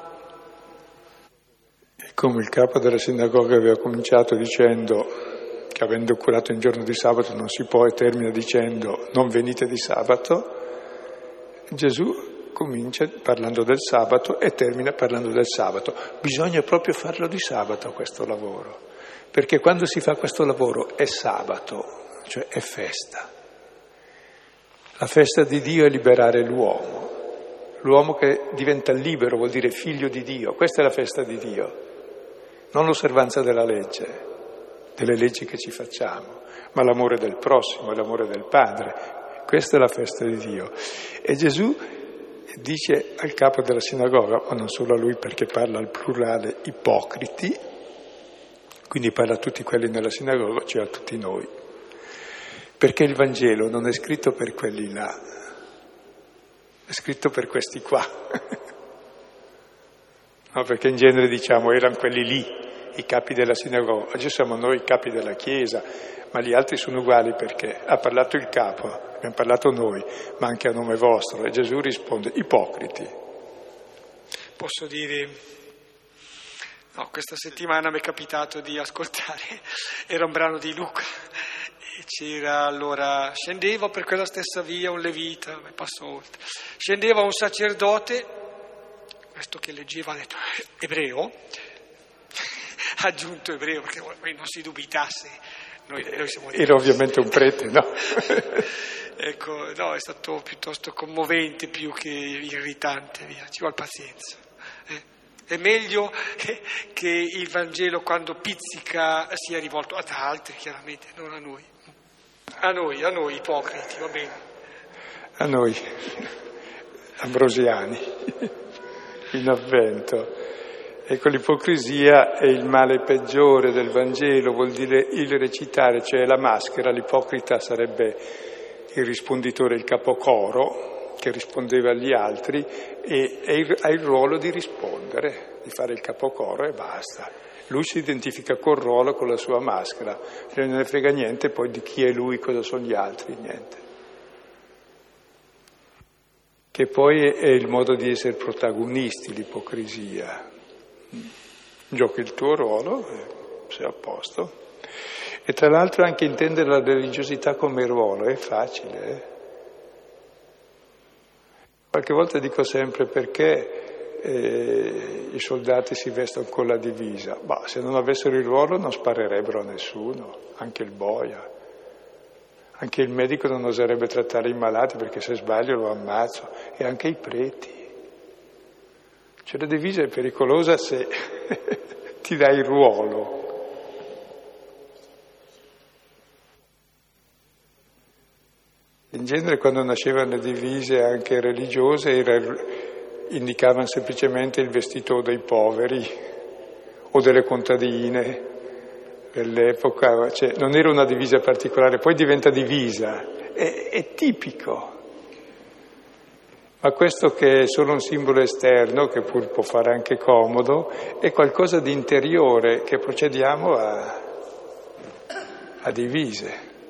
E come il capo della sinagoga aveva cominciato dicendo che avendo curato il giorno di sabato non si può, e termina dicendo non venite di sabato, Gesù comincia parlando del sabato e termina parlando del sabato. Bisogna proprio farlo di sabato questo lavoro, perché quando si fa questo lavoro è sabato, cioè è festa. La festa di Dio è liberare l'uomo che diventa libero, vuol dire figlio di Dio. Questa è la festa di Dio, non l'osservanza della legge, delle leggi che ci facciamo, ma l'amore del prossimo, l'amore del Padre. Questa è la festa di Dio. E Gesù dice al capo della sinagoga, ma non solo a lui perché parla al plurale, ipocriti, quindi parla a tutti quelli nella sinagoga, cioè a tutti noi. Perché il Vangelo non è scritto per quelli là, è scritto per questi qua. No, perché in genere diciamo erano quelli lì, i capi della sinagoga. Oggi siamo noi i capi della Chiesa, ma gli altri sono uguali perché ha parlato il capo, abbiamo parlato noi, ma anche a nome vostro. E Gesù risponde, ipocriti. Posso dire, no, questa settimana mi è capitato di ascoltare, era un brano di Luca, e c'era allora, scendeva per quella stessa via un levita, mi passo oltre, scendeva un sacerdote, questo che leggeva ha detto ebreo, ha aggiunto ebreo perché non si dubitasse, noi siamo... Era ovviamente un prete, no? Ecco, no, è stato piuttosto commovente più che irritante, via, ci vuole pazienza. È meglio che il Vangelo quando pizzica sia rivolto ad altri, chiaramente, non a noi. A noi ipocriti, va bene. A noi, ambrosiani, in avvento. Ecco, l'ipocrisia è il male peggiore del Vangelo, vuol dire il recitare, cioè la maschera. L'ipocrita sarebbe il risponditore, il capocoro, che rispondeva agli altri e ha il ruolo di rispondere, di fare il capocoro e basta. Lui si identifica col ruolo, con la sua maschera, non ne frega niente poi di chi è lui, cosa sono gli altri, niente. Che poi è il modo di essere protagonisti, l'ipocrisia. Giochi il tuo ruolo, sei a posto. E tra l'altro anche intendere la religiosità come ruolo è facile. Qualche volta dico sempre perché i soldati si vestono con la divisa. Se non avessero il ruolo non sparerebbero a nessuno, anche il boia. Anche il medico non oserebbe trattare i malati perché se sbaglio lo ammazzo, e anche i preti. Cioè la divisa è pericolosa se ti dai il ruolo. In genere quando nascevano le divise anche religiose indicavano semplicemente il vestito dei poveri o delle contadine dell'epoca, cioè non era una divisa particolare, poi diventa divisa, è tipico. Ma questo che è solo un simbolo esterno, che pur può fare anche comodo, è qualcosa di interiore, che procediamo a divise,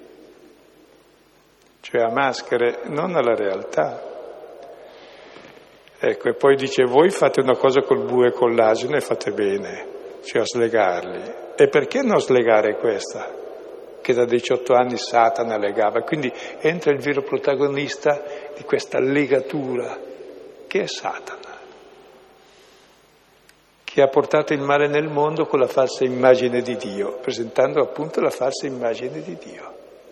cioè a maschere, non alla realtà. Ecco, e poi dice, voi fate una cosa col bue e con l'asino e fate bene, cioè a slegarli. E perché non slegare questa, che da 18 anni Satana legava? Quindi entra il vero protagonista di questa legatura, che è Satana, che ha portato il male nel mondo con la falsa immagine di Dio, presentando appunto la falsa immagine di Dio.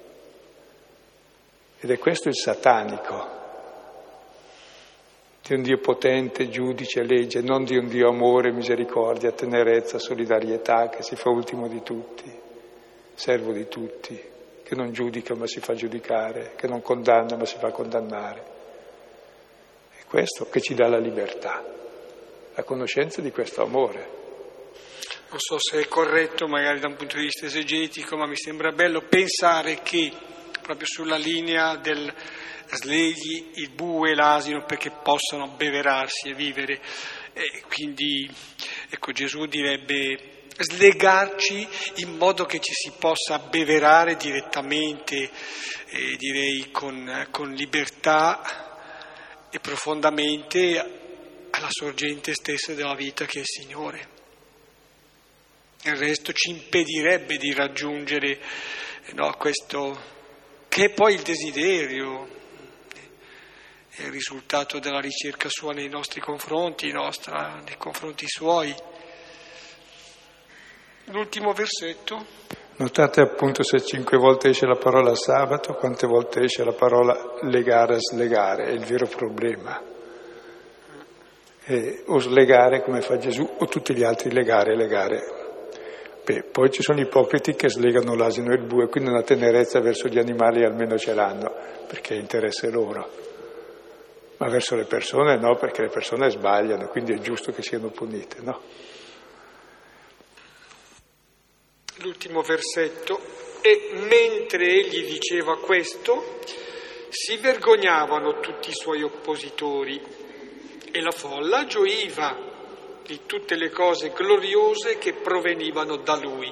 Ed è questo il satanico, di un Dio potente, giudice, legge, non di un Dio amore, misericordia, tenerezza, solidarietà, che si fa ultimo di tutti, servo di tutti, che non giudica ma si fa giudicare, che non condanna ma si fa condannare. È questo che ci dà la libertà, la conoscenza di questo amore. Non so se è corretto magari da un punto di vista esegetico, ma mi sembra bello pensare che proprio sulla linea del sleghi il bue e l'asino perché possano abbeverarsi e vivere, e quindi ecco, Gesù direbbe slegarci in modo che ci si possa abbeverare direttamente, direi con libertà e profondamente alla sorgente stessa della vita che è il Signore. Il resto ci impedirebbe di raggiungere questo che è poi il desiderio, è il risultato della ricerca sua nei nostri confronti, nei confronti suoi. L'ultimo versetto. Notate appunto se 5 volte esce la parola sabato, quante volte esce la parola legare, slegare, è il vero problema. O slegare come fa Gesù, o tutti gli altri legare. Poi ci sono gli ipocriti che slegano l'asino e il bue, quindi una tenerezza verso gli animali almeno ce l'hanno, perché è interesse loro. Ma verso le persone no, perché le persone sbagliano, quindi è giusto che siano punite, no? L'ultimo versetto. E mentre egli diceva questo, si vergognavano tutti i suoi oppositori e la folla gioiva di tutte le cose gloriose che provenivano da lui.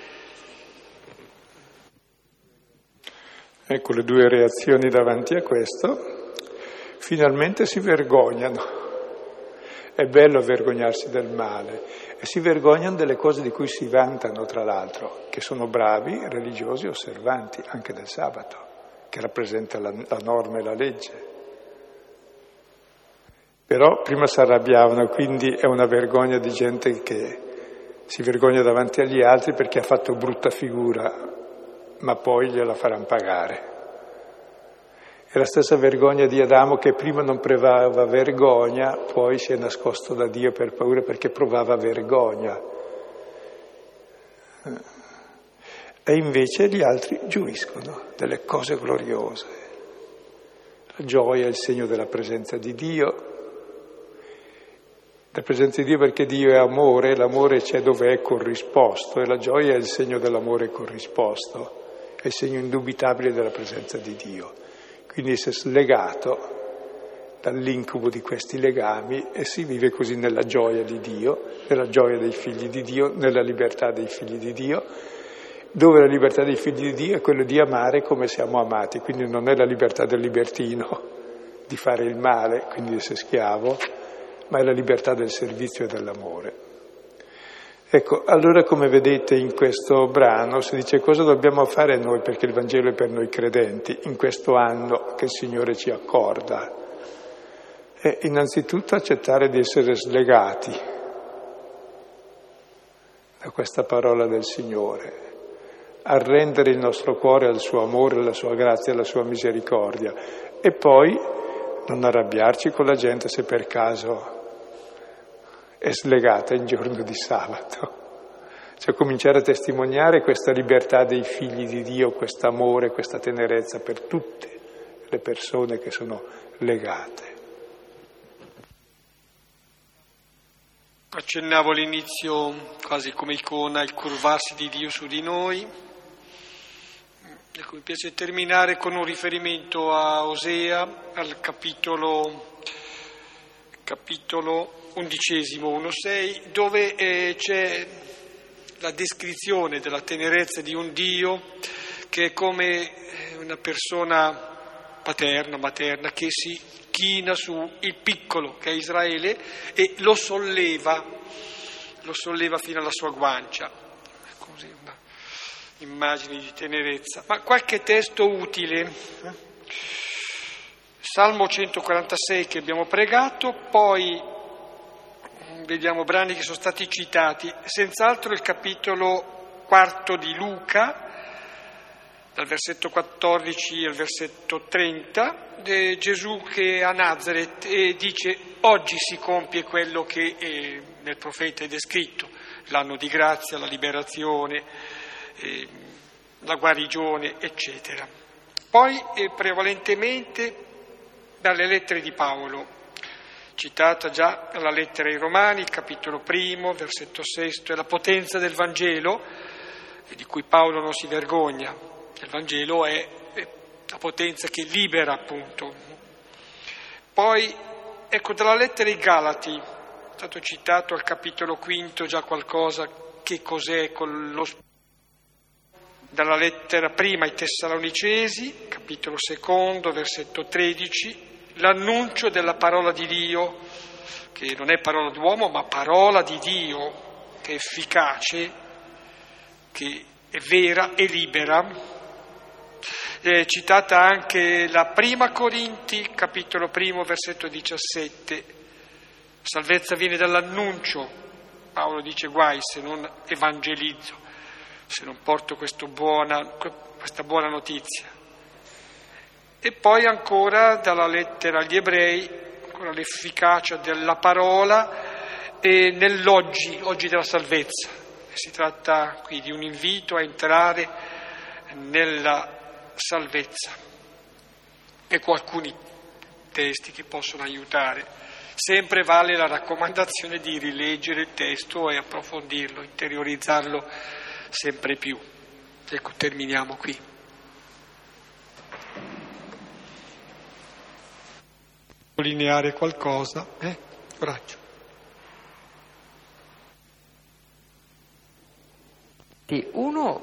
Ecco le due reazioni davanti a questo. Finalmente si vergognano. È bello vergognarsi del male e si vergognano delle cose di cui si vantano, tra l'altro, che sono bravi, religiosi, osservanti, anche del sabato, che rappresenta la norma e la legge. Però prima si arrabbiavano, quindi è una vergogna di gente che si vergogna davanti agli altri perché ha fatto brutta figura, ma poi gliela faranno pagare. È la stessa vergogna di Adamo che prima non provava vergogna, poi si è nascosto da Dio per paura perché provava vergogna. E invece gli altri gioiscono delle cose gloriose. La gioia è il segno della presenza di Dio. La presenza di Dio perché Dio è amore, l'amore c'è dove è corrisposto e la gioia è il segno dell'amore corrisposto, è il segno indubitabile della presenza di Dio. Quindi si è slegato dall'incubo di questi legami e si vive così nella gioia di Dio, nella gioia dei figli di Dio, nella libertà dei figli di Dio, dove la libertà dei figli di Dio è quello di amare come siamo amati, quindi non è la libertà del libertino di fare il male, quindi di essere schiavo, ma è la libertà del servizio e dell'amore. Ecco, allora come vedete in questo brano si dice cosa dobbiamo fare noi perché il Vangelo è per noi credenti in questo anno che il Signore ci accorda. E innanzitutto accettare di essere slegati da questa parola del Signore, arrendere il nostro cuore al suo amore, alla sua grazia, alla sua misericordia e poi non arrabbiarci con la gente se per caso è slegata in giorno di sabato. Cioè cominciare a testimoniare questa libertà dei figli di Dio, questo amore, questa tenerezza per tutte le persone che sono legate. Accennavo all'inizio, quasi come icona, il curvarsi di Dio su di noi. Ecco, mi piace terminare con un riferimento a Osea, al capitolo 11, 1,6, dove c'è la descrizione della tenerezza di un Dio che è come una persona materna, che si china su il piccolo che è Israele e lo solleva fino alla sua guancia. Così una immagine di tenerezza. Ma qualche testo utile. Salmo 146 che abbiamo pregato, poi vediamo brani che sono stati citati, senz'altro il capitolo 4 di Luca, dal versetto 14 al versetto 30, Gesù che è a Nazaret e dice oggi si compie quello che nel profeta è descritto, l'anno di grazia, la liberazione, la guarigione, eccetera. Poi prevalentemente dalle lettere di Paolo, citata già la lettera ai Romani, capitolo 1, versetto 6, è la potenza del Vangelo, di cui Paolo non si vergogna. Il Vangelo è la potenza che libera, appunto. Poi, ecco, dalla lettera ai Galati, è stato citato al capitolo 5 già qualcosa, che cos'è con lo Spirito. Dalla lettera prima ai Tessalonicesi, capitolo 2, versetto 13, l'annuncio della parola di Dio, che non è parola d'uomo, ma parola di Dio, che è efficace, che è vera e libera. È citata anche la prima Corinti, capitolo 1, versetto 17. Salvezza viene dall'annuncio. Paolo dice guai se non evangelizzo, se non porto questa buona notizia. E poi ancora dalla lettera agli Ebrei, ancora l'efficacia della parola e oggi della salvezza. Si tratta qui di un invito a entrare nella salvezza. Ecco alcuni testi che possono aiutare. Sempre vale la raccomandazione di rileggere il testo e approfondirlo, interiorizzarlo sempre più. Ecco, terminiamo qui. Sottolineare qualcosa, coraggio. Uno,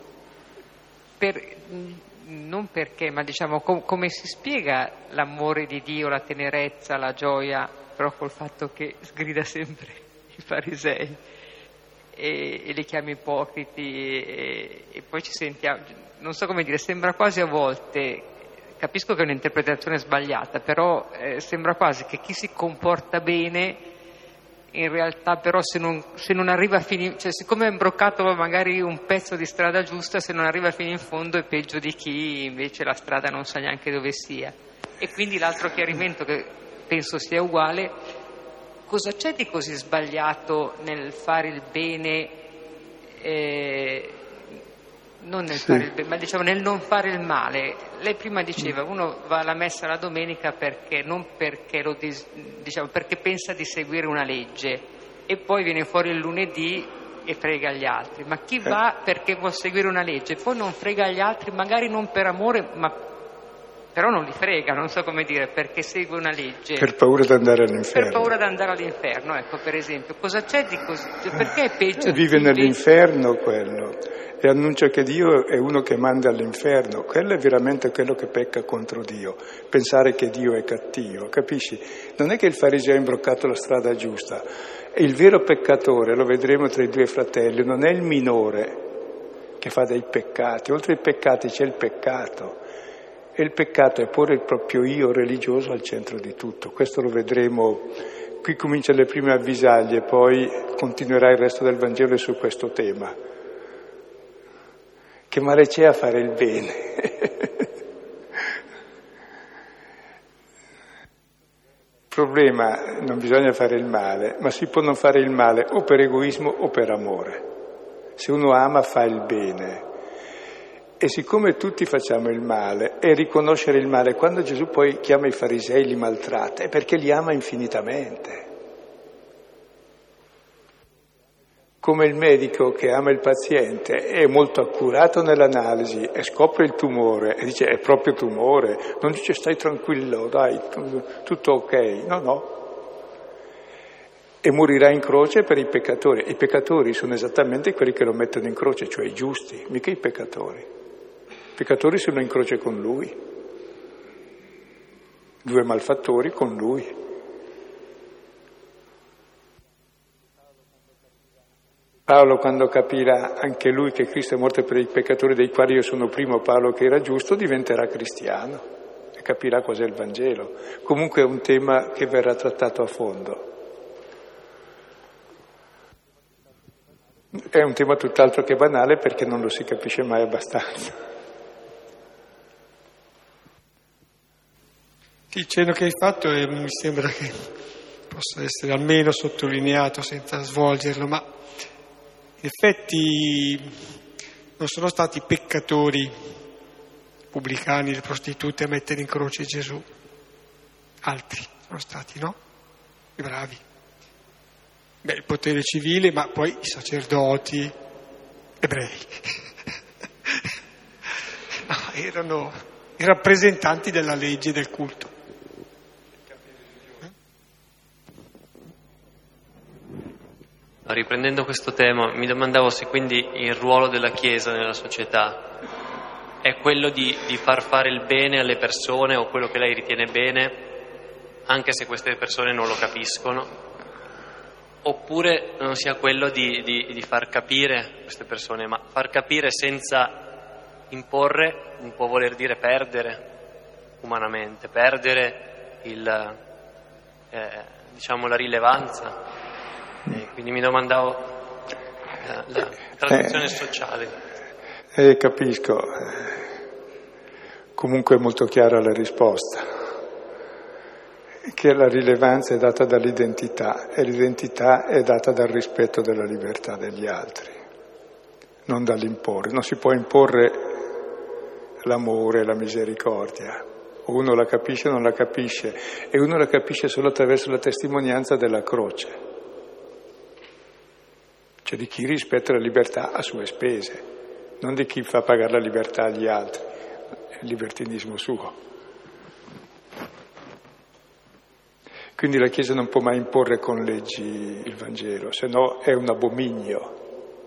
non perché, ma diciamo come si spiega l'amore di Dio, la tenerezza, la gioia, però col fatto che sgrida sempre i farisei e li chiama ipocriti e poi ci sentiamo, non so come dire, sembra quasi a volte, capisco che è un'interpretazione sbagliata, però sembra quasi che chi si comporta bene in realtà però se non arriva fino in, cioè siccome è imbroccato magari un pezzo di strada giusta, se non arriva fino in fondo è peggio di chi invece la strada non sa neanche dove sia. E quindi l'altro chiarimento che penso sia uguale: cosa c'è di così sbagliato nel fare il bene non nel fare il bene, ma diciamo nel non fare il male. Lei prima diceva uno va alla messa la domenica perché non perché perché pensa di seguire una legge e poi viene fuori il lunedì e frega gli altri, ma chi va perché vuol seguire una legge poi non frega gli altri, magari non per amore, ma però non li frega, non so come dire, perché segue una legge per paura di andare all'inferno. Per paura di andare all'inferno, ecco, per esempio. Cosa c'è di così? Perché è peggio? Vive nell'inferno quello e annuncia che Dio è uno che manda all'inferno. Quello è veramente quello che pecca contro Dio, pensare che Dio è cattivo, capisci? Non è che il fariseo ha imbroccato la strada giusta, e il vero peccatore, lo vedremo tra i due fratelli, non è il minore che fa dei peccati, oltre ai peccati c'è il peccato. E il peccato è porre il proprio io religioso al centro di tutto. Questo lo vedremo, qui comincia le prime avvisaglie, poi continuerà il resto del Vangelo su questo tema. Che male c'è a fare il bene? Il problema, non bisogna fare il male, ma si può non fare il male o per egoismo o per amore. Se uno ama fa il bene. E siccome tutti facciamo il male, è riconoscere il male. Quando Gesù poi chiama i farisei, li maltratta, è perché li ama infinitamente. Come il medico che ama il paziente, è molto accurato nell'analisi e scopre il tumore e dice è proprio tumore, non dice stai tranquillo, dai, tutto ok, no. E morirà in croce per i peccatori. I peccatori sono esattamente quelli che lo mettono in croce, cioè i giusti, mica i peccatori. I peccatori sono in croce con lui, due malfattori con lui. Paolo, quando capirà anche lui che Cristo è morto per i peccatori, dei quali io sono primo, Paolo che era giusto, diventerà cristiano e capirà cos'è il Vangelo. Comunque è un tema che verrà trattato a fondo. È un tema tutt'altro che banale perché non lo si capisce mai abbastanza. Il cenno che hai fatto mi sembra che possa essere almeno sottolineato senza svolgerlo, ma in effetti non sono stati peccatori, pubblicani, le prostitute a mettere in croce Gesù. Altri sono stati, no? I bravi. Il potere civile, ma poi i sacerdoti ebrei. No, erano i rappresentanti della legge e del culto. Riprendendo questo tema, mi domandavo se quindi il ruolo della Chiesa nella società è quello di far fare il bene alle persone o quello che lei ritiene bene, anche se queste persone non lo capiscono, oppure non sia quello di far capire queste persone, ma far capire senza imporre non può voler dire perdere umanamente, perdere la rilevanza. Quindi mi domandavo la traduzione sociale. Capisco. Comunque è molto chiara la risposta, che la rilevanza è data dall'identità e l'identità è data dal rispetto della libertà degli altri, non dall'imporre. Non si può imporre l'amore, la misericordia. O uno la capisce o non la capisce, e uno la capisce solo attraverso la testimonianza della croce. Cioè di chi rispetta la libertà a sue spese, non di chi fa pagare la libertà agli altri, è il libertinismo suo. Quindi la Chiesa non può mai imporre con leggi il Vangelo, se no è un abominio.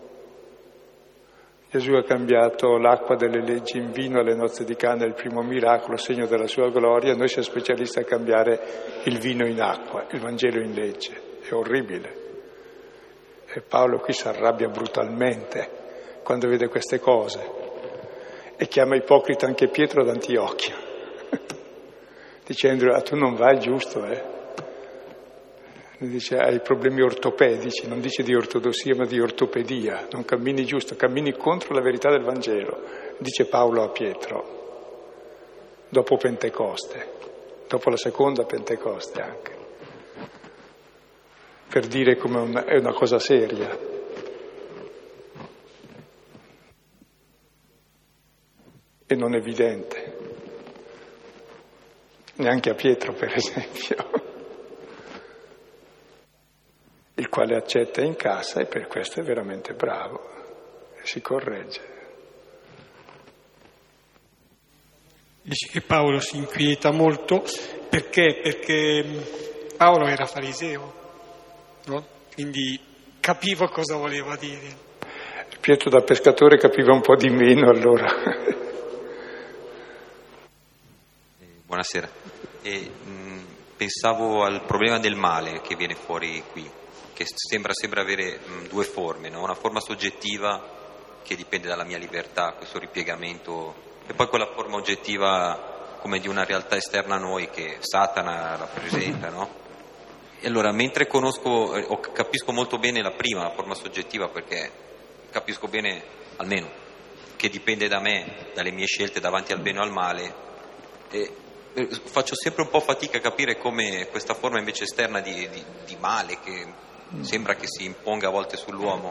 Gesù ha cambiato l'acqua delle leggi in vino alle nozze di Cana, il primo miracolo, segno della sua gloria. Noi siamo specialisti a cambiare il vino in acqua, il Vangelo in legge. È orribile. E Paolo qui si arrabbia brutalmente quando vede queste cose e chiama ipocrita anche Pietro d'Antiochia, dicendo tu non vai giusto, Dice hai problemi ortopedici, non dice di ortodossia ma di ortopedia, non cammini giusto, cammini contro la verità del Vangelo, dice Paolo a Pietro, dopo Pentecoste, dopo la seconda Pentecoste anche, per dire come è una cosa seria. e non evidente. Neanche a Pietro, per esempio, il quale accetta in cassa e per questo è veramente bravo e si corregge. Dice che Paolo si inquieta molto perché Paolo era fariseo, no? Quindi capivo cosa voleva dire. Pietro da pescatore capiva un po' di meno allora. Buonasera. Pensavo al problema del male che viene fuori qui, che sembra avere due forme, no? Una forma soggettiva che dipende dalla mia libertà, questo ripiegamento, e poi quella forma oggettiva come di una realtà esterna a noi che Satana rappresenta, no? E allora, mentre capisco molto bene la prima, la forma soggettiva, perché capisco bene, almeno, che dipende da me, dalle mie scelte davanti al bene o al male, e faccio sempre un po' fatica a capire come questa forma invece esterna di male, che sembra che si imponga a volte sull'uomo,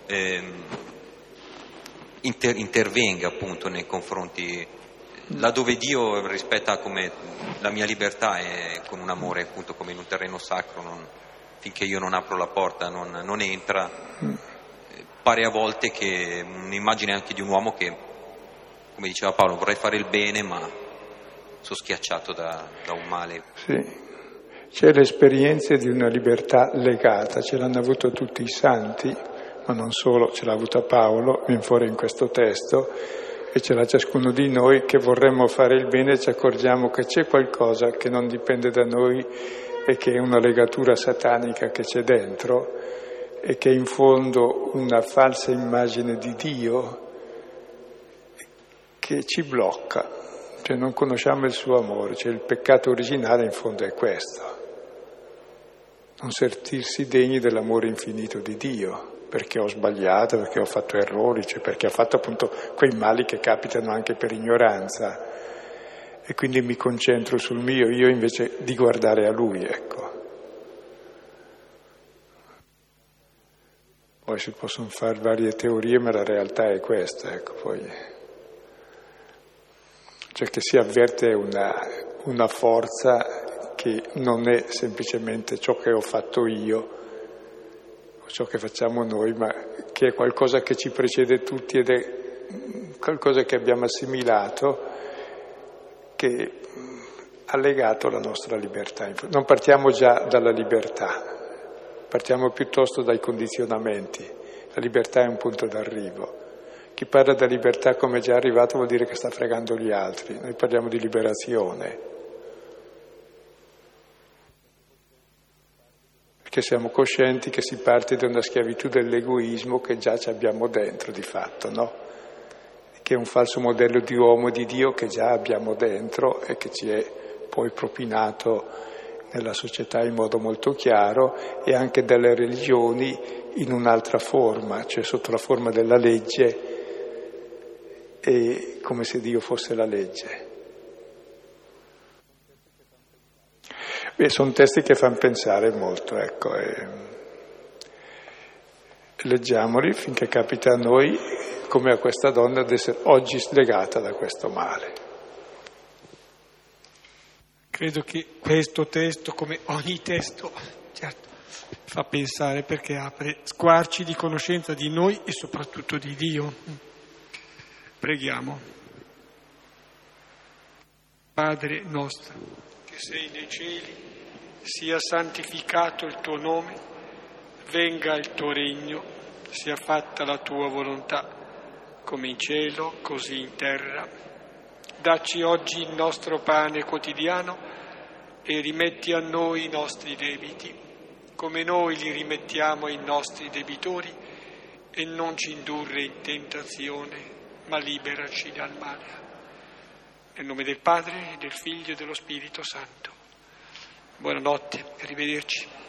intervenga appunto nei confronti, laddove Dio rispetta come la mia libertà e con un amore appunto come in un terreno sacro, finché io non apro la porta non entra. Pare a volte che un'immagine anche di un uomo che, come diceva Paolo, vorrei fare il bene ma sono schiacciato da un male. Sì. C'è l'esperienza di una libertà legata, ce l'hanno avuto tutti i santi, ma non solo, ce l'ha avuta Paolo, viene fuori in questo testo, e ce l'ha ciascuno di noi che vorremmo fare il bene e ci accorgiamo che c'è qualcosa che non dipende da noi e che è una legatura satanica che c'è dentro e che è in fondo una falsa immagine di Dio che ci blocca, cioè non conosciamo il suo amore, cioè il peccato originale in fondo è questo, non sentirsi degni dell'amore infinito di Dio, perché ho sbagliato, perché ho fatto errori, cioè perché ho fatto appunto quei mali che capitano anche per ignoranza e quindi mi concentro sul mio io invece di guardare a Lui, ecco. Poi si possono fare varie teorie, ma la realtà è questa, ecco, poi. Cioè che si avverte una forza che non è semplicemente ciò che ho fatto io, ciò che facciamo noi, ma che è qualcosa che ci precede tutti ed è qualcosa che abbiamo assimilato, che ha legato la nostra libertà. Non partiamo già dalla libertà, partiamo piuttosto dai condizionamenti. La libertà è un punto d'arrivo. Chi parla della libertà come è già arrivato vuol dire che sta fregando gli altri. Noi parliamo di liberazione. Perché siamo coscienti che si parte da una schiavitù dell'egoismo che già ci abbiamo dentro di fatto, no? Che è un falso modello di uomo e di Dio che già abbiamo dentro e che ci è poi propinato nella società in modo molto chiaro, e anche dalle religioni in un'altra forma, cioè sotto la forma della legge, e come se Dio fosse la legge. Beh, sono testi che fanno pensare molto, ecco, e leggiamoli finché capita a noi, come a questa donna, ad essere oggi slegata da questo male. Credo che questo testo, come ogni testo, certo, fa pensare perché apre squarci di conoscenza di noi e soprattutto di Dio. Preghiamo. Padre nostro, che sei nei cieli, sia santificato il tuo nome, venga il tuo regno, sia fatta la tua volontà, come in cielo, così in terra. Dacci oggi il nostro pane quotidiano e rimetti a noi i nostri debiti, come noi li rimettiamo ai nostri debitori, e non ci indurre in tentazione, ma liberaci dal male. Nel nome del Padre, del Figlio e dello Spirito Santo. Buonanotte, arrivederci.